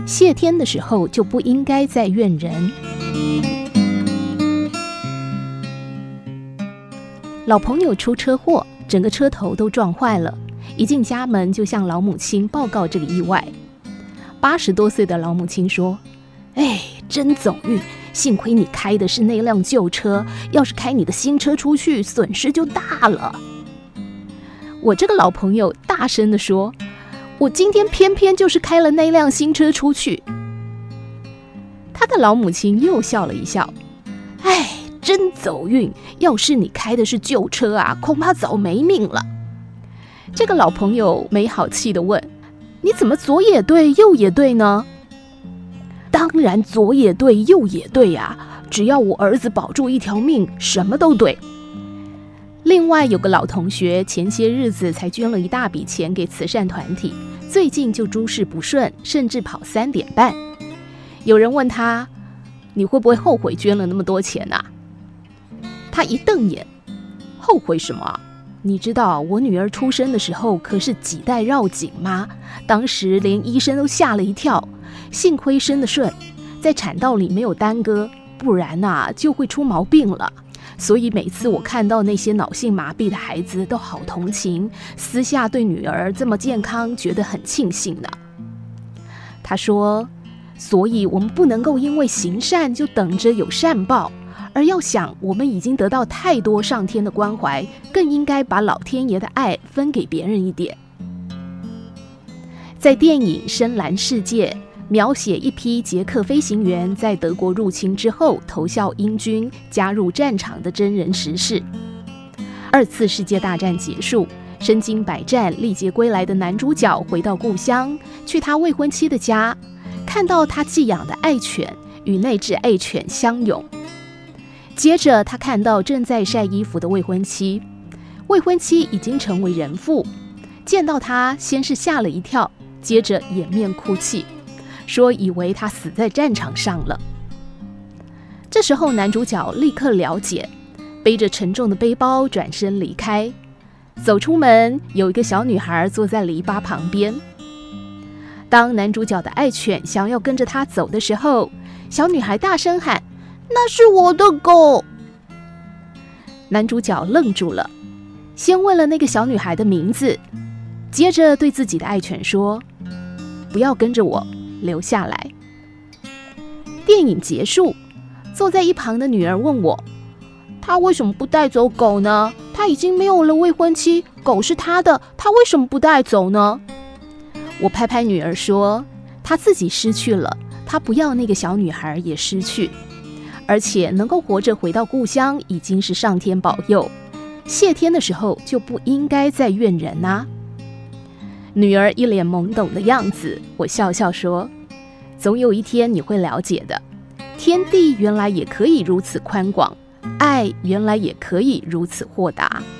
谢天的时候就不应该再怨人。老朋友出车祸，整个车头都撞坏了，一进家门就向老母亲报告这个意外。80多岁的老母亲说：哎，真走运，幸亏你开的是那辆旧车，要是开你的新车出去，损失就大了。我这个老朋友大声地说：我今天偏偏就是开了那辆新车出去。他的老母亲又笑了一笑：哎，真走运，要是你开的是旧车啊，恐怕早没命了。这个老朋友没好气地问：你怎么左也对右也对呢？当然左也对右也对啊，只要我儿子保住一条命，什么都对。另外有个老同学，前些日子才捐了一大笔钱给慈善团体，最近就诸事不顺，甚至跑3点半。有人问他：你会不会后悔捐了那么多钱啊？他一瞪眼：后悔什么啊？你知道我女儿出生的时候可是脐带绕颈吗？当时连医生都吓了一跳，幸亏生得顺，在产道里没有耽搁，不然啊就会出毛病了。所以每次我看到那些脑性麻痹的孩子都好同情，私下对女儿这么健康觉得很庆幸呢。他说，所以我们不能够因为行善就等着有善报，而要想我们已经得到太多上天的关怀，更应该把老天爷的爱分给别人一点。在电影《深蓝世界》描写一批捷克飞行员在德国入侵之后投效英军，加入战场的真人实事。2次世界大战结束，身经百战历劫归来的男主角回到故乡，去他未婚妻的家，看到他寄养的爱犬与那只爱犬相拥。接着他看到正在晒衣服的未婚妻，未婚妻已经成为人妇，见到他先是吓了一跳，接着掩面哭泣，说以为他死在战场上了。这时候男主角立刻了解，背着沉重的背包转身离开。走出门，有一个小女孩坐在篱笆旁边。当男主角的爱犬想要跟着他走的时候，小女孩大声喊：那是我的狗。男主角愣住了，先问了那个小女孩的名字，接着对自己的爱犬说：不要跟着我，留下来。电影结束，坐在一旁的女儿问我：他为什么不带走狗呢？他已经没有了未婚妻，狗是他的，他为什么不带走呢？我拍拍女儿说：他自己失去了，他不要那个小女孩也失去，而且能够活着回到故乡已经是上天保佑，谢天的时候就不应该再怨人啊。女儿一脸懵懂的样子，我笑笑说：总有一天你会了解的，天地原来也可以如此宽广，爱原来也可以如此豁达。